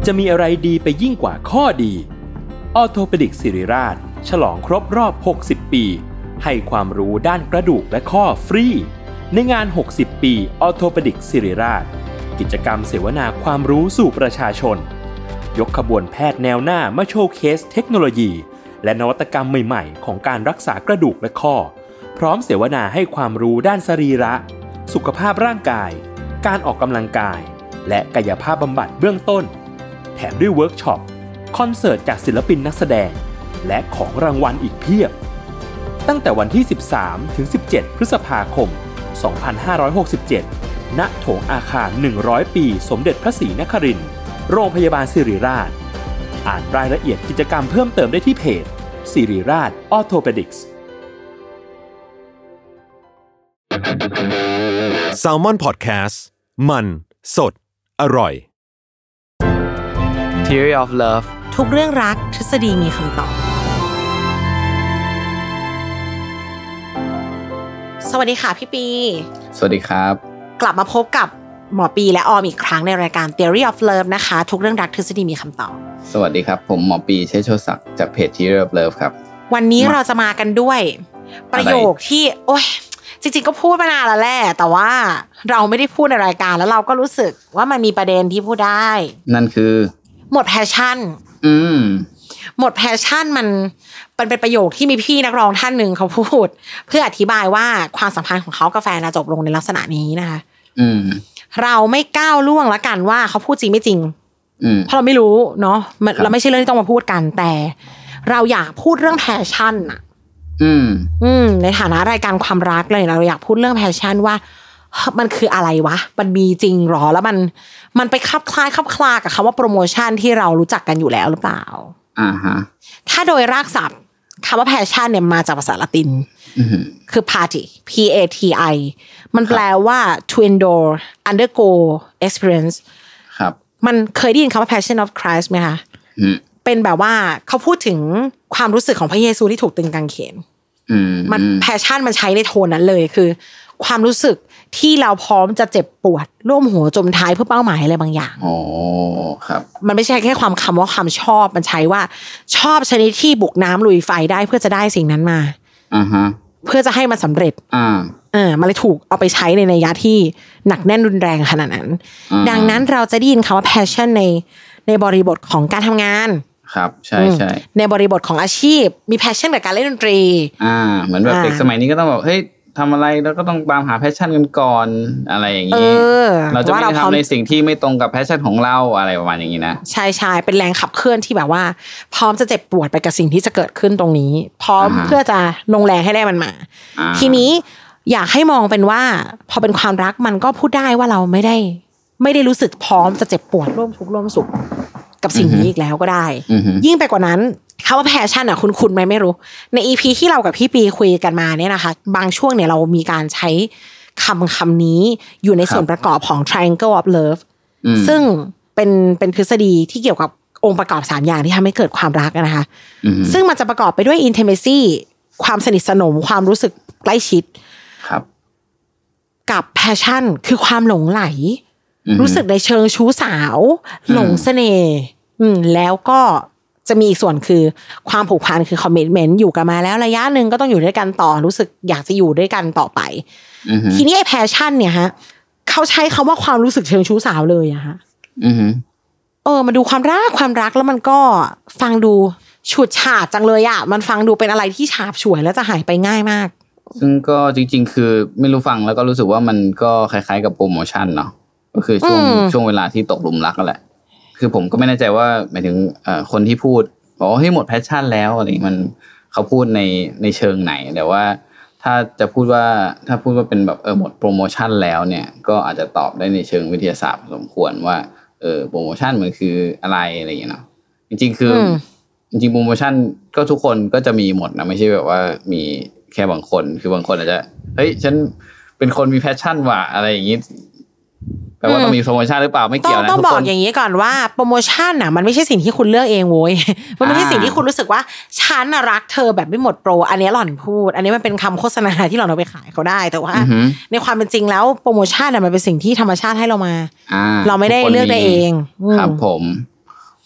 จะมีอะไรดีไปยิ่งกว่าข้อดีออร์โธเปดิกศิริราชฉลองครบรอบ60ปีให้ความรู้ด้านกระดูกและข้อฟรีในงาน60ปีออร์โธเปดิกศิริราชกิจกรรมเสวนาความรู้สู่ประชาชนยกขบวนแพทย์แนวหน้ามาโชว์เคสเทคโนโลยีและนวัตกรรมใหม่ๆของการรักษากระดูกและข้อพร้อมเสวนาให้ความรู้ด้านสรีระสุขภาพร่างกายการออกกำลังกายและกายภาพบำบัดเบื้องต้นแถมด้วยเวิร์กช็อปคอนเสิร์ตจากศิลปินนักแสดงและของรางวัลอีกเพียบตั้งแต่วันที่ 13 ถึง 17 พฤษภาคม 2567 ณ โถงอาคาร 100 ปีสมเด็จพระศรีนครินทร์โรงพยาบาลศิริราชอ่านรายละเอียดกิจกรรมเพิ่มเติมได้ที่เพจศิริราชออร์โธเปดิกส์ Salmon Podcast มันสดอร่อย Theory of Love ทุกเรื่องรักทฤษฎีมีคำตอบสวัสดีค่ะพี่ปีสวัสดีครับกลับมาพบกับหมอปีและออมอีกครั้งในรายการ Theory of Love นะคะทุกเรื่องรักทฤษฎีมีคำตอบสวัสดีครับผมหมอปีเชษฐ์โชติศักดิ์จากเพจ Theory of Love ครับวันนี้เราจะมากันด้วยประโยคที่โอ๊ยจริงๆก็พูดมานานแล้วแหละแต่ว่าเราไม่ได้พูดในรายการแล้วเราก็รู้สึกว่ามันมีประเด็นที่พูดได้นั่นคือหมดแพชชั่นหมดแพชชั่นมันเป็นประโยคที่มีพี่นักร้องท่านหนึ่งเขาพูดเพื่ออธิบายว่าความสัมพันธ์ของเขากับแฟนจบลงในลักษณะนี้นะคะเราไม่ก้าวล่วงละกันว่าเขาพูดจริงไม่จริงเพราะเราไม่รู้เนาะเราไม่ใช่เรื่องที่ต้องมาพูดกันแต่เราอยากพูดเรื่องแพชชั่นอะในฐานะรายการความรักเลยเราอยากพูดเรื่องแพชชั่นว่ามันคืออะไรวะมันมีจริงหรอแล้วมันไปคลับคล้ายคลับคลากับคำว่าโปรโมชั่นที่เรารู้จักกันอยู่แล้วหรือเปล่าถ้าโดยรากศัพท์คำว่าแพชชั่นเนี่ยมาจากภาษาละตินคือ party P-A-T-I มันแปลว่า to endure undergo experience ครับมันเคยได้ยินคำว่า passion of Christ ไหมคะเป็นแบบว่าเขาพูดถึงความรู้สึกของพระเยซูที่ถูกตึงกางเขนมันแพชชั่นมันใช้ในโทนนั้นเลยคือความรู้สึกที่เราพร้อมจะเจ็บปวดร่วมหัวจมท้ายเพื่อเป้าหมายอะไรบางอย่างอ๋อครับมันไม่ใช่แค่ความคำว่าความชอบมันใช้ว่าชอบชนิดที่บุกน้ำลุยไฟได้เพื่อจะได้สิ่งนั้นมาเพื่อจะให้มันสำเร็จมันเลยถูกเอาไปใช้ในนัยยะที่หนักแน่นรุนแรงขนาดนั้นดังนั้นเราจะได้ยินคำว่า passion ในบริบทของการทำงานครับใช่ใช่ในบริบทของอาชีพมี passion กับการเล่นดนตรีเหมือนแบบเด็กสมัยนี้ก็ต้องบอกเฮ้ยทำอะไรแล้วก็ต้องตามหาแพชชั่นกันก่อนอะไรอย่างนี้เราจะไม่ทำในสิ่งที่ไม่ตรงกับแพชชั่นของเราอะไรประมาณอย่างนี้นะใช่ใช่เป็นแรงขับเคลื่อนที่แบบว่าพร้อมจะเจ็บปวดไปกับสิ่งที่จะเกิดขึ้นตรงนี้พร้อมเพื่อจะลงแรงให้ได้มันมาทีนี้อยากให้มองเป็นว่าพอเป็นความรักมันก็พูดได้ว่าเราไม่ได้รู้สึกพร้อมจะเจ็บปวดร่วมทุกข์ร่วมสุขกับสิ่งนี้อีกแล้วก็ได้ยิ่งไปกว่านั้นคำว่าแพชชั่นอ่ะคุณไหมไม่รู้ใน EP ที่เรากับพี่ปีคุยกันมาเนี่ยนะคะบางช่วงเนี่ยเรามีการใช้คำนี้อยู่ในส่วนประกอบของ Triangle of Love ซึ่งเป็นทฤษฎีที่เกี่ยวกับองค์ประกอบ3อย่างที่ทำให้เกิดความรักนะคะซึ่งมันจะประกอบไปด้วย intimacy ความสนิทสนมความรู้สึกใกล้ชิดกับ passion คือความหลงไหลรู้สึกในเชิงชู้สาวหลงเสน่ห์แล้วก็จะมีอีกส่วนคือความผูกพันคือ commitment อยู่กันมาแล้วระยะนึงก็ต้องอยู่ด้วยกันต่อรู้สึกอยากจะอยู่ด้วยกันต่อไปทีนี้ไอ้ passion เนี่ยฮะเขาใช้คำว่าความรู้สึกเชิงชู้สาวเลยอะฮะมาดูความรักแล้วมันก็ฟังดูฉูดฉาดจังเลยอะมันฟังดูเป็นอะไรที่ฉาบฉวยแล้วจะหายไปง่ายมากซึ่งก็จริงๆคือไม่รู้ฟังแล้วก็รู้สึกว่ามันก็คล้ายๆกับโปรโมชั่นเนาะก็คือช่วงเวลาที่ตกหลุมรักนั่นแหละคือผมก็ไม่แน่ใจว่าหมายถึงคนที่พูดบอกว่าให้หมดแพชชั่นแล้วอะไรมันเขาพูดในเชิงไหนแต่ว่าถ้าพูดว่าเป็นแบบหมดโปรโมชั่นแล้วเนี่ยก็อาจจะตอบได้ในเชิงวิทยาศาสตร์สมควรว่าโปรโมชั่นมันคืออะไรอะไรอย่างเงี้ยเนาะจริงๆคือจริงๆโปรโมชั่นก็ทุกคนก็จะมีหมดนะไม่ใช่แบบว่ามีแค่บางคนคือบางคนอาจจะเฮ้ยฉันเป็นคนมีแพชชั่นว่ะอะไรอย่างงี้แปลว่าต้องมีโปรโมชั่นหรือเปล่าไม่เกี่ยวนะต้องบอกอย่างนี้ก่อนว่าโปรโมชั่นน่ะมันไม่ใช่สิ่งที่คุณเลือกเองโว้ยมันไม่ใช่สิ่งที่คุณรู้สึกว่าฉันน่ะรักเธอแบบไม่หมดโปรอันนี้หล่อนพูดอันนี้มันเป็นคำโฆษณาที่หล่อนเอาไปขายเขาได้แต่ว่าในความเป็นจริงแล้วโปรโมชั่นน่ะมันเป็นสิ่งที่ธรรมชาติให้เรามาเราไม่ได้เลือกได้เองครับผม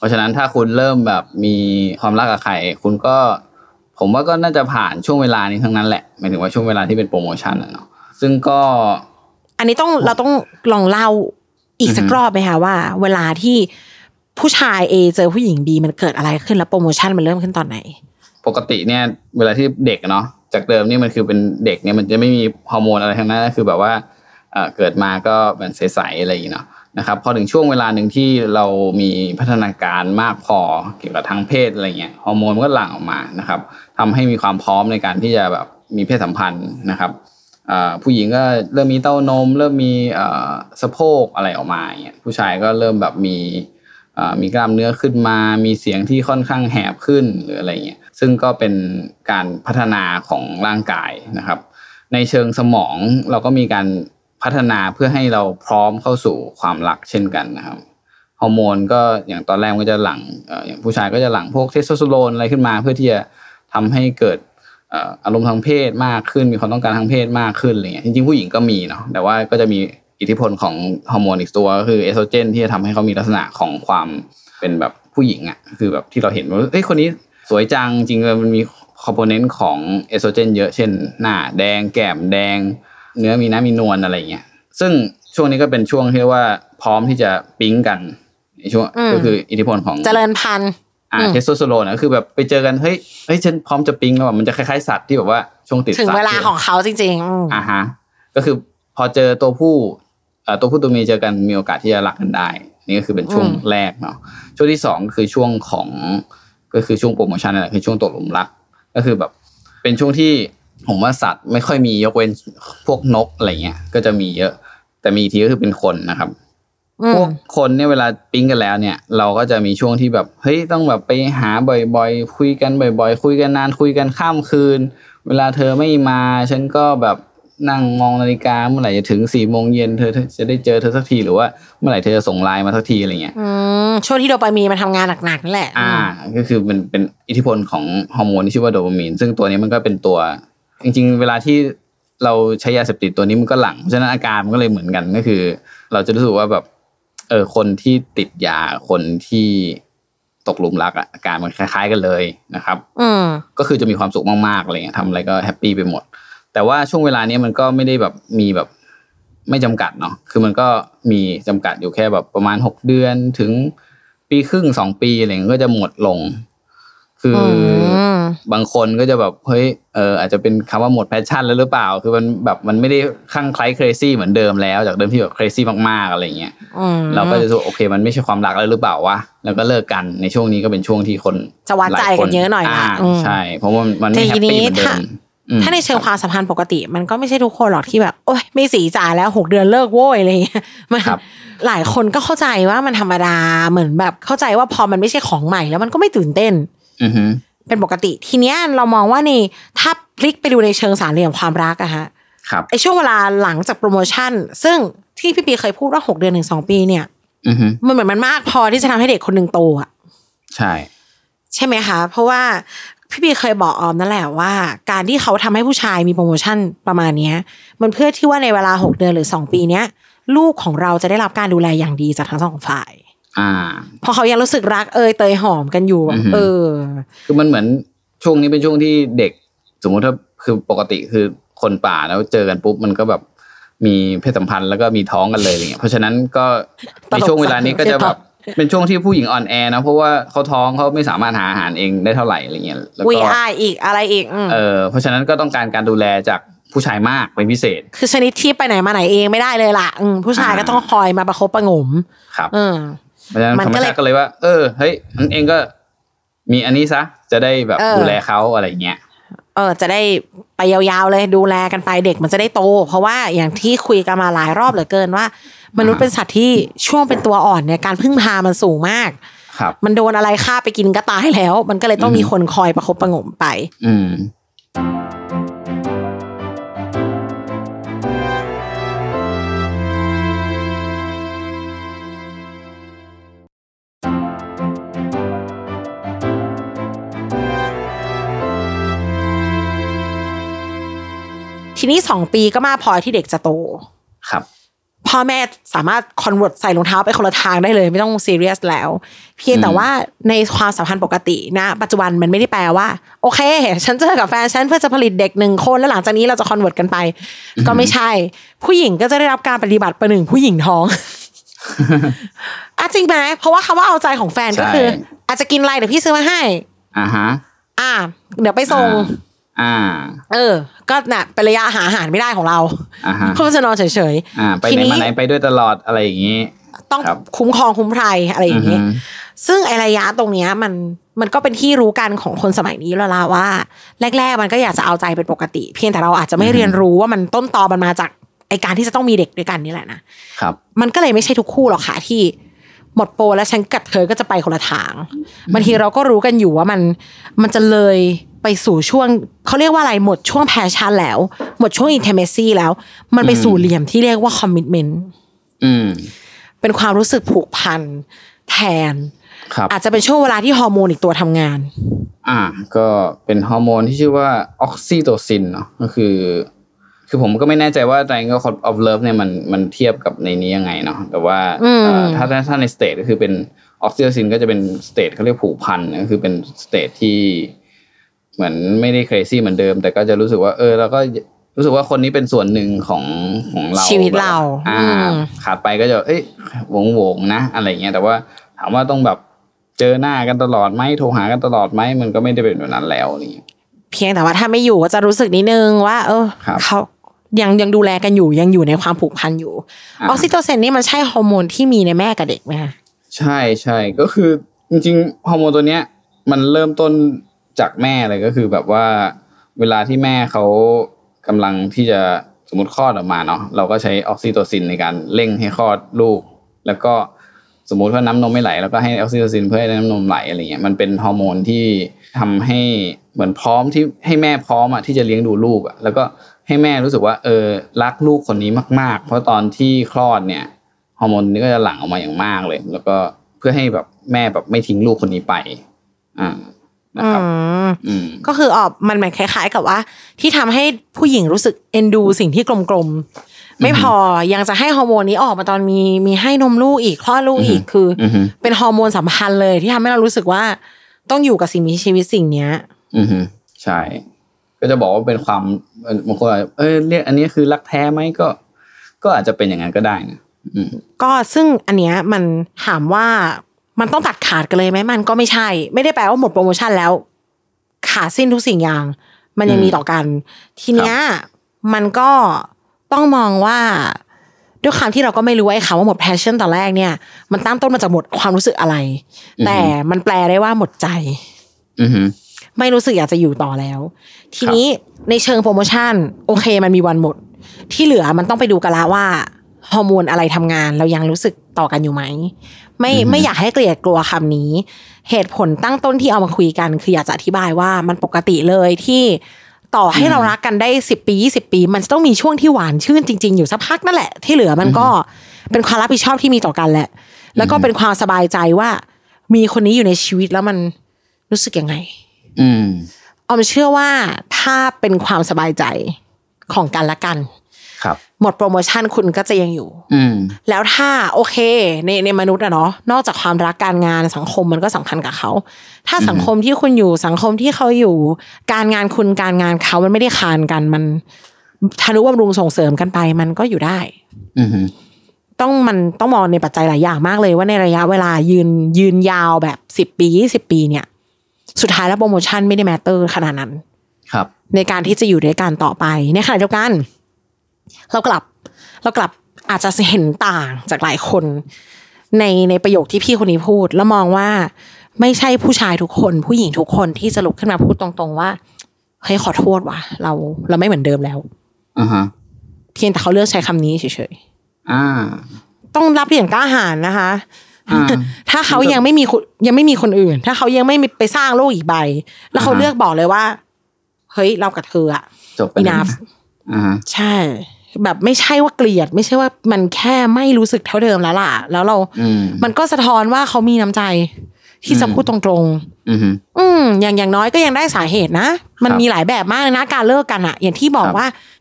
ราะฉะนั้นถ้าคุณเริ่มแบบมีความรักกับใครคุณก็ผมว่าก็น่าจะผ่านช่วงเวลานี้ทั้งนั้นแหละหมายถึงว่าช่วงเวลาที่เป็นโปรโมชั่นเนาะซึ่งก็อันนี้เราต้องลองเล่าอีกสักรอบไหมคะว่าเวลาที่ผู้ชาย A เจอผู้หญิง B มันเกิดอะไรขึ้นแล้วโปรโมชั่นมันเริ่มขึ้นตอนไหนปกติเนี่ยเวลาที่เด็กเนาะจากเดิมนี่มันคือเป็นเด็กเนี่ยมันจะไม่มีฮอร์โมนอะไรทั้งนั้นคือแบบว่าเกิดมาก็เป็นใสๆอะไรอย่างเงี้ยเนาะนะครับพอถึงช่วงเวลาหนึ่งที่เรามีพัฒนาการมากพอเกี่ยวกับทางเพศอะไรเงี้ยฮอร์โมนก็หลั่งออกมานะครับทำให้มีความพร้อมในการที่จะแบบมีเพศสัมพันธ์นะครับผู้หญิงก็เริ่มมีเต้านมเริ่มมีสะโพกอะไรออกมาอย่างเงี้ยผู้ชายก็เริ่มแบบมีกล้ามเนื้อขึ้นมามีเสียงที่ค่อนข้างแหบขึ้นหรืออะไรเงี้ยซึ่งก็เป็นการพัฒนาของร่างกายนะครับในเชิงสมองเราก็มีการพัฒนาเพื่อให้เราพร้อมเข้าสู่ความรักเช่นกันนะครับฮอร์โมนก็อย่างตอนแรกก็จะหลั่งอย่างผู้ชายก็จะหลั่งพวกเทสโทสเตอโรนอะไรขึ้นมาเพื่อที่จะทำให้เกิดอารมณ์ทางเพศมากขึ้นมีความต้องการทางเพศมากขึ้นอะไรเงี้ยจริงๆผู้หญิงก็มีเนาะแต่ว่าก็จะมีอิทธิพลของฮอร์โมนอีกตัวก็คือเอสโตรเจนที่จะทำให้เขามีลักษณะของความเป็นแบบผู้หญิงอ่ะคือแบบที่เราเห็นว่าเอ้ยคนนี้สวยจังจริงๆมันมีคอมโพเนนต์ของเอสโตรเจนเยอะเช่นหน้าแดงแก้มแดงเนื้อมีน้ำมีนวลอะไรเงี้ยซึ่งช่วงนี้ก็เป็นช่วงที่เรียกว่าพร้อมที่จะปิ๊งกันในช่วงก็คืออิทธิพลของเจริญพันธุ์เทสโทสเตอโรนนะคือแบบไปเจอกันเฮ้ยฉันพร้อมจะปิ๊งแล้วมันจะคล้ายๆสัตว์ที่แบบว่าช่วงติดสัตว์ถึงเวลาของเขาจริงๆฮะก็คือพอเจอตัวผู้ตัวเมียเจอกันมีโอกาสที่จะรักกันได้นี่ก็คือเป็นช่วงแรกเนาะช่วงที่2คือช่วงของก็คือช่วงโปรโมชั่นนั่นแหละคือช่วงตกหลุมรักก็คือแบบเป็นช่วงที่ผมว่าสัตว์ไม่ค่อยมียกเว้นพวกนกอะไรเงี้ยก็จะมีเยอะแต่มีทีก็คือเป็นคนนะครับพวกคนเนี่ยเวลาปิ๊งกันแล้วเนี่ยเราก็จะมีช่วงที่แบบเฮ้ยต้องแบบไปหาบ่อยๆคุยกันบ่อยๆคุยกันนานคุยกันข้ามคืนเวลาเธอไม่มาฉันก็แบบนั่งมองนาฬิกาเมื่อไหร่จะถึง 4:00 นเธอจะได้เจอเธอสักทีหรือว่าเมื่อไหร่เธอจะส่งไลน์มาสักทีอะไรเงี้ยช่วงที่โดปามีนมันทำงานหนักๆนั่นแหละก็คือมันเป็นอิทธิพลของฮอร์โมนที่ชื่อว่าโดปามีนซึ่งตัวนี้มันก็เป็นตัวจริงๆเวลาที่เราใช้ยาเสพติดตัวนี้มันก็หลั่งเพราะฉะนั้นอาการมันก็เลยเหมือนกันก็คือเราจะรู้สึกว่าแบบคนที่ติดยาคนที่ตกหลุมรักอาการมันคล้ายๆกันเลยนะครับก็คือจะมีความสุขมากๆอะไรเงี้ยทำอะไรก็แฮปปี้ไปหมดแต่ว่าช่วงเวลานี้มันก็ไม่ได้แบบมีแบบไม่จำกัดเนาะคือมันก็มีจำกัดอยู่แค่แบบประมาณ6 เดือนถึงปีครึ่ง2 ปีอะไรเงี้ยก็จะหมดลงคือบางคนก็จะแบบเฮ้ยอาจจะเป็นคำว่าหมดแพชชั่นแล้วหรือเปล่าคือมันแบบมันไม่ได้คลั่งไคล้ crazy เหมือนเดิมแล้วจากเดิมที่แบบ crazy มากๆอะไรเงี้ยเราก็จะรู้โอเคมันไม่ใช่ความรักแล้วหรือเปล่าวะแล้วก็เลิกกันในช่วงนี้ก็เป็นช่วงที่คนจะวัดใจกันเยอะหน่อยนะใช่เพราะว่ามันไม่แฮปปี้เหมือนเดิมถ้าในเชิงความสัมพันธ์ปกติมันก็ไม่ใช่ทุกคนหรอกที่แบบโอ๊ยไม่สีจ่ายแล้ว6 เดือนเลิกโว้ยอะไรเงี้ยมันหลายคนก็เข้าใจว่ามันธรรมดาเหมือนแบบเข้าใจว่าพอมันไม่ใช่ของใหม่แล้วมันก็ไม่ตื่นเต้นเป็นปกติทีเนี้ยเรามองว่านี่ถ้าพลิกไปดูในเชิงสามเหลี่ยมความรักอะฮะไอช่วงเวลาหลังจากโปรโมชั่นซึ่งที่พี่ปีเคยพูดว่า6 เดือนถึง2 ปีเนี่ยมันเหมือนมันมากพอที่จะทำให้เด็กคนหนึ่งโตอะใช่ไหมคะเพราะว่าพี่ปีเคยบอกออมนั่นแหละว่าการที่เขาทำให้ผู้ชายมีโปรโมชั่นประมาณนี้มันเพื่อที่ว่าในเวลา6 เดือนหรือ2 ปีเนี้ยลูกของเราจะได้รับการดูแลอย่างดีจากทั้งสองฝ่ายพอเขายังรู้สึกรักเตยหอมกันอยู่คือมันเหมือนช่วงนี้เป็นช่วงที่เด็กสมมติถ้าคือปกติคือคนป่าแล้วเจอกันปุ๊บมันก็แบบมีเพศสัมพันธ์แล้วก็มีท้องกันเลยอะไรเงี้ยเพราะฉะนั้นก็ในช่วงเวลานี้ก็จะแบบเป็นช่วงที่ผู้หญิงอ่อนแอนะเพราะว่าเขาท้องเขาไม่สามารถหาอาหารเองได้เท่าไหร่อะไรเงี้ยแล้วก็อีกอะไรอีกเพราะฉะนั้นก็ต้องการการดูแลจากผู้ชายมากเป็นพิเศษคือชนิดที่ไปไหนมาไหนเองไม่ได้เลยล่ะผู้ชายก็ต้องคอยมาประคบประหงมครับเพราะฉะนั้นธรรมชาติก็เลยว่าเฮ้ยนั่นเองก็มีอันนี้ซะจะได้แบบดูแลเขาอะไรเงี้ยจะได้ไปยาวๆเลยดูแลกันไปเด็กมันจะได้โตเพราะว่าอย่างที่คุยกันมาหลายรอบเหลือเกินว่ามนุษย์เป็นสัตว์ที่ช่วงเป็นตัวอ่อนเนี่ยการพึ่งพามันสูงมากมันโดนอะไรฆ่าไปกินก็ตายแล้วมันก็เลยต้องมีคนคอยประคบประหงมไปทีนี้2 ปีก็มาพอที่เด็กจะโตครับพพ่อแม่สามารถคอนเวิร์ตใส่รองเท้าไปคนละทางได้เลยไม่ต้องซีเรียสแล้วเพียงแต่ว่าในความสัมพันธ์ปกตินะปัจจุบันมันไม่ได้แปลว่าโอเคฉันเจอกับแฟนฉันเพื่อจะผลิตเด็ก1คนแล้วหลังจากนี้เราจะคอนเวิร์ตกันไปก็ไม่ใช่ผู้หญิงก็จะได้รับการปฏิบัติประหนึ่งผู้หญิงท้องจริงไหมเพราะว่าคำว่าเอาใจของแฟนก็คืออาจจะกินอะไรเดี๋ยวพี่ซื้อมาให้เดี๋ยวไปส่งก็น่ะเป็นระยะอาหารไม่ได้ของเราเพราะจะนอนเฉยๆไปไหนมาไหนไปด้วยตลอดอะไรอย่างนี้ต้องคุ้มครองคุ้มภัยอะไรอย่างนี้ซึ่งไอระยะตรงเนี้ยมันก็เป็นที่รู้กันของคนสมัยนี้แล้วล่ะว่าแรกๆมันก็อยากจะเอาใจเป็นปกติเพียงแต่เราอาจจะไม่เรียนรู้ว่ามันต้นตอมันมาจากไอการที่จะต้องมีเด็กด้วยกันนี่แหละนะครับมันก็เลยไม่ใช่ทุกคู่หรอกค่ะที่หมดโปรแล้วฉันกับเธอก็จะไปคนละทางบางทีเราก็รู้กันอยู่ว่ามันจะเลยไปสู่ช่วงเขาเรียกว่าอะไรหมดช่วงแพชชั่นแล้วหมดช่วงอินเทมเมซี่แล้วมันไปสู่เหลี่ยมที่เรียกว่าคอมมิตเมนต์เป็นความรู้สึกผูกพันแทนอาจจะเป็นช่วงเวลาที่ฮอร์โมนอีกตัวทำงานก็เป็นฮอร์โมนที่ชื่อว่าออกซิโตซินเนาะก็คือผมก็ไม่แน่ใจว่า Triangle of Love เนี่ยมันเทียบกับในนี้ยังไงเนาะแต่ว่าถ้าในสเตทก็คือเป็นออกซิโตซินก็จะเป็นสเตทเขาเรียกผูกพันก็คือเป็นสเตทที่เหมือนไม่ได้ crazy เหมือนเดิมแต่ก็จะรู้สึกว่าเราก็รู้สึกว่าคนนี้เป็นส่วนหนึ่งของเราชีวิตเราขาดไปก็จะวงนะอะไรเงี้ยแต่ว่าถามว่าต้องแบบเจอหน้ากันตลอดไหมโทรหากันตลอดไหมมันก็ไม่ได้เป็นแบบนั้นแล้วนี่เพียงแต่ว่าถ้าไม่อยู่ก็จะรู้สึกนิดนึงว่าเขายังดูแลกันอยู่ยังอยู่ในความผูกพันอยู่ออกซิโตซินนี่มันใช่ฮอร์โมนที่มีในแม่กับเด็กไหมคะใช่ก็คือจริงๆฮอร์โมนตัวเนี้ยมันเริ่มต้นจากแม่เลยก็คือแบบว่าเวลาที่แม่เขากำลังที่จะสมมติคลอดออกมาเนาะเราก็ใช้ออกซิโตซินในการเร่งให้คลอดลูกแล้วก็สมมติว่าน้ำนมไม่ไหลแล้วก็ให้ออกซิโตซินเพื่อให้น้ำนมไหลอะไรเงี้ยมันเป็นฮอร์โมนที่ทำให้เหมือนพร้อมที่ให้แม่พร้อมที่จะเลี้ยงดูลูกแล้วก็ให้แม่รู้สึกว่ารักลูกคนนี้มากๆเพราะตอนที่คลอดเนี่ยฮอร์โมนนี้ก็จะหลั่งออกมาอย่างมากเลยแล้วก็เพื่อให้แบบแม่แบบไม่ทิ้งลูกคนนี้ไปนะครับก็คือมันคล้ายๆกับว่าที่ทำให้ผู้หญิงรู้สึกเอ็นดูสิ่งที่กลมๆไม่พอยังจะให้ฮอร์โมนนี้ออกมาตอนมีให้นมลูกอีกคลอดลูกอีกคือเป็นฮอร์โมนสัมพันธ์เลยที่ทำให้เรารู้สึกว่าต้องอยู่กับสิ่งมีชีวิตสิ่งเนี้ยใช่ก็จะบอกว่าเป็นความบางคนเรียกอันนี้คือรักแท้ไหมก็อาจจะเป็นอย่างนั้นก็ได้นะก็ซึ่งอันเนี้ยมันถามว่ามันต้องตัดขาดกันเลยไหมมันก็ไม่ใช่ไม่ได้แปลว่าหมดโปรโมชั่นแล้วขาดสิ้นทุกสิ่งอย่างมันยังมีต่อกันทีเนี้ยมันก็ต้องมองว่าด้วยความที่เราก็ไม่รู้ไอ้คำว่าหมดแพชชั่นตอนแรกเนี่ยมันตั้งต้นมาจากหมดความรู้สึกอะไรแต่มันแปลได้ว่าหมดใจไม่รู้สึกอยากจะอยู่ต่อแล้วทีนี้ในเชิงโปรโมชั่นโอเคมันมีวันหมดที่เหลือมันต้องไปดูกันละว่าฮอร์โมนอะไรทำงานเรายังรู้สึกต่อกันอยู่ไหมไม่อยากให้เกลียดกลัวคำนี้เหตุผลตั้งต้นที่เอามาคุยกันคืออยากจะอธิบายว่ามันปกติเลยที่ต่อให้เรารักกันได้10ปี20ปีมันจะต้องมีช่วงที่หวานชื่นจริงๆอยู่สักพักนั่นแหละที่เหลือมันก็เป็นความรับผิดชอบที่มีต่อกันแหละแล้วก็เป็นความสบายใจว่ามีคนนี้อยู่ในชีวิตแล้วมันรู้สึกยังไงออมเชื่อว่าถ้าเป็นความสบายใจของกันและกันหมดโปรโมชั่นคุณก็จะยังอยู่แล้วถ้าโอเคในมนุษย์เนาะนอกจากความรักการงานสังคมมันก็สำคัญกับเขาถ้าสังคมที่คุณอยู่สังคมที่เขาอยู่การงานคุณการงานเขามันไม่ได้คานกันมันทนุบำรุงส่งเสริมกันไปมันก็อยู่ได้มันต้องมองในปัจจัยหลายอย่างมากเลยว่าในระยะเวลายืนยาวแบบ10ปี20ปีเนี่ยสุดท้ายแล้วโปรโมชั่นไม่ได้แมตเตอร์ขนาดนั้นในการที่จะอยู่ด้วยกันต่อไปในขณะเดียวกันเรากลับอาจจะเห็นต่างจากหลายคนในประโยคที่พี่คนนี้พูดแล้วมองว่าไม่ใช่ผู้ชายทุกคนผู้หญิงทุกคนที่จะลุกขึ้นมาพูดตรงๆว่าเฮ้ยขอโทษว่ะเราไม่เหมือนเดิมแล้วเพียงแต่เขาเลือกใช้คำนี้เฉยๆต้องรับอย่างกล้าหาญนะคะถ้าเขายังไม่มีคนอื่นถ้าเขายังไม่ไปสร้างโลกอีกใบแล้วเขาเลือกบอกเลยว่าเฮ้ยเรากับเธออะจบไปนะใช่แบบไม่ใช่ว่าเกลียดไม่ใช่ว่ามันแค่ไม่รู้สึกเท่าเดิมแล้วล่ะแล้วมันก็สะท้อนว่าเขามีน้ำใจที่จะพูดตรงๆอย่างน้อยก็ยังได้สาเหตุนะมันมีหลายแบบมากเลยนะการเลิกกันอะอย่างที่บอกว่า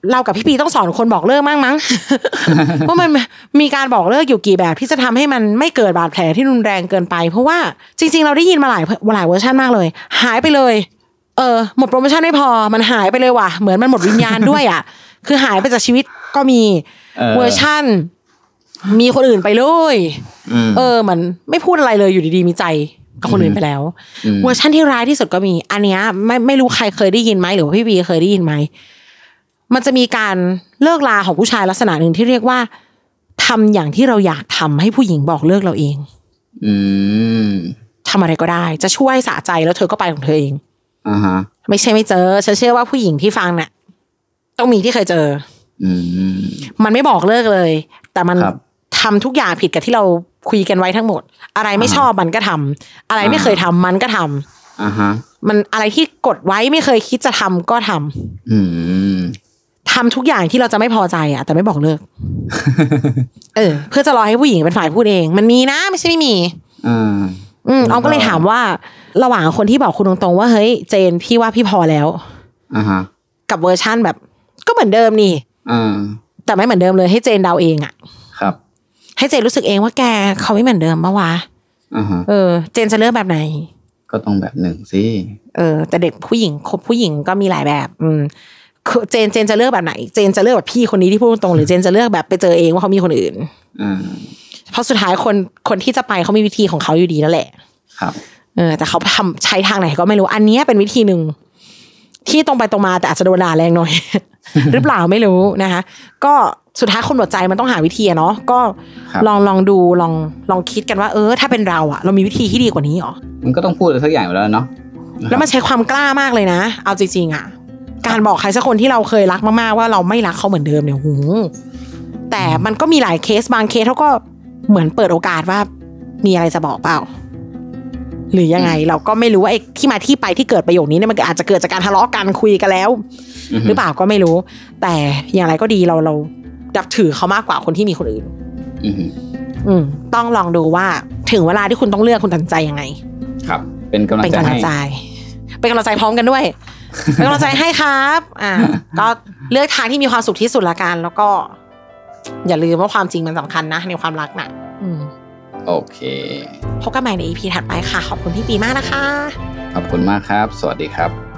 เรากับพี่ปีต้องสอนคนบอกเลิกมั้ง ว่ามันมีการบอกเลิกอยู่กี่แบบที่จะทำให้มันไม่เกิดบาดแผลที่รุนแรงเกินไปเพราะว่าจริงๆเราได้ยินมาหลายเวอร์ชันมากเลยหายไปเลยหมดโปรโมชั่นไม่พอมันหายไปเลยว่ะเหมือนมันหมดวิญญาณด้วยอ่ะ คือหายไปจากชีวิตก็มีเวอร์ชันมีคนอื่นไปเลยมันไม่พูดอะไรเลยอยู่ดีๆมีใจกับคนอื่นไปแล้วเวอร์ชันที่ร้ายที่สุดก็มีอันเนี้ยไม่รู้ใครเคยได้ยินไหมหรือว่าพี่บีเคยได้ยินไหมมันจะมีการเลิกลาของผู้ชายลักษณะหนึ่งที่เรียกว่าทำอย่างที่เราอยากทำให้ผู้หญิงบอกเลิกเราเองทำอะไรก็ได้จะช่วยสะใจแล้วเธอก็ไปของเธอเองไม่ใช่ไม่เจอฉันเชื่อว่าผู้หญิงที่ฟังเนี่ยต้องมีที่เคยเจอมันไม่บอกเลิกเลยแต่มันทำทุกอย่างผิดกับที่เราคุยกันไว้ทั้งหมดอะไรไม่ชอบมันก็ทำอะไรไม่เคยทำมันก็ทำมันอะไรที่กดไว้ไม่เคยคิดจะทำก็ทำทำทุกอย่างที่เราจะไม่พอใจอ่ะแต่ไม่บอกเลิก เพื่อจะรอให้ผู้หญิงเป็นฝ่ายพูดเองมันมีนะไม่ใช่ไม่มีออมก็เลยถามว่าระหว่างคนที่บอกคุณตรงๆว่าเฮ้ยเจนพี่ว่าพี่พอแล้วกับเวอร์ชั่นแบบก็เหมือนเดิมนี่แต่ไม่เหมือนเดิมเลยให้เจนเดาเองอ่ะครับให้เจนรู้สึกเองว่าแกเขาไม่เหมือนเดิมปะวะเจนจะเลือกแบบไหนก็ต้องแบบหนึ่งสิแต่เด็กผู้หญิงคบผู้หญิงก็มีหลายแบบเจนจะเลือกแบบไหนเจนจะเลือกแบบพี่คนนี้ที่พูดตรงหรือเจนจะเลือกแบบไปเจอเองว่าเขามีคนอื่นเพราะสุดท้ายคนที่จะไปเขามีวิธีของเขาอยู่ดีนั่นแหละครับแต่เขาใช้ทางไหนก็ไม่รู้อันนี้เป็นวิธีหนึ่งที่ตรงไปตรงมาแต่อาจจะโดนด่าแรงหน่อย หรือเปล่าไม่รู้นะคะก็สุดท้ายคนหมดใจมันต้องหาวิธีเนาะก็ลองดูลองคิดกันว่าถ้าเป็นเราอะเรามีวิธีที่ดีกว่านี้หรอมันก็ต้องพูดอะไรสักอย่างอยู่แล้วเนาะแล้วมันใช้ความกล้ามากเลยนะเอาจริงๆอะการบอกใครสักคนที่เราเคยรักมากๆว่าเราไม่รักเขาเหมือนเดิมเนี่ยแต่มันก็มีหลายเคสบางเคสเขาก็เหมือนเปิดโอกาสว่ามีอะไรจะบอกเปล่าหรือยังไงเราก็ไม่รู้ว่าไอ้ที่มาที่ไปที่เกิดประโยคนี้เนี่ยมันอาจจะเกิดจากการทะเลาะกันคุยกันแล้วหรือเปล่าก็ไม่รู้แต่อย่างไรก็ดีเราดับถือเขามากกว่าคนที่มีคนอื่นต้องลองดูว่าถึงเวลาที่คุณต้องเลือกคุณตัดสินใจยังไงครับเป็นกำลังใจเป็นกำลังใจพร้อมกันด้วยเป็นกำลังใจให้ครับก็เลือกทางที่มีความสุขที่สุดละกันแล้วก็อย่าลืมว่าความจริงมันสำคัญนะในความรักน่ะโอเคพบกันใหม่ใน EP ถัดไปค่ะขอบคุณพี่ปีมากนะคะขอบคุณมากครับสวัสดีครับ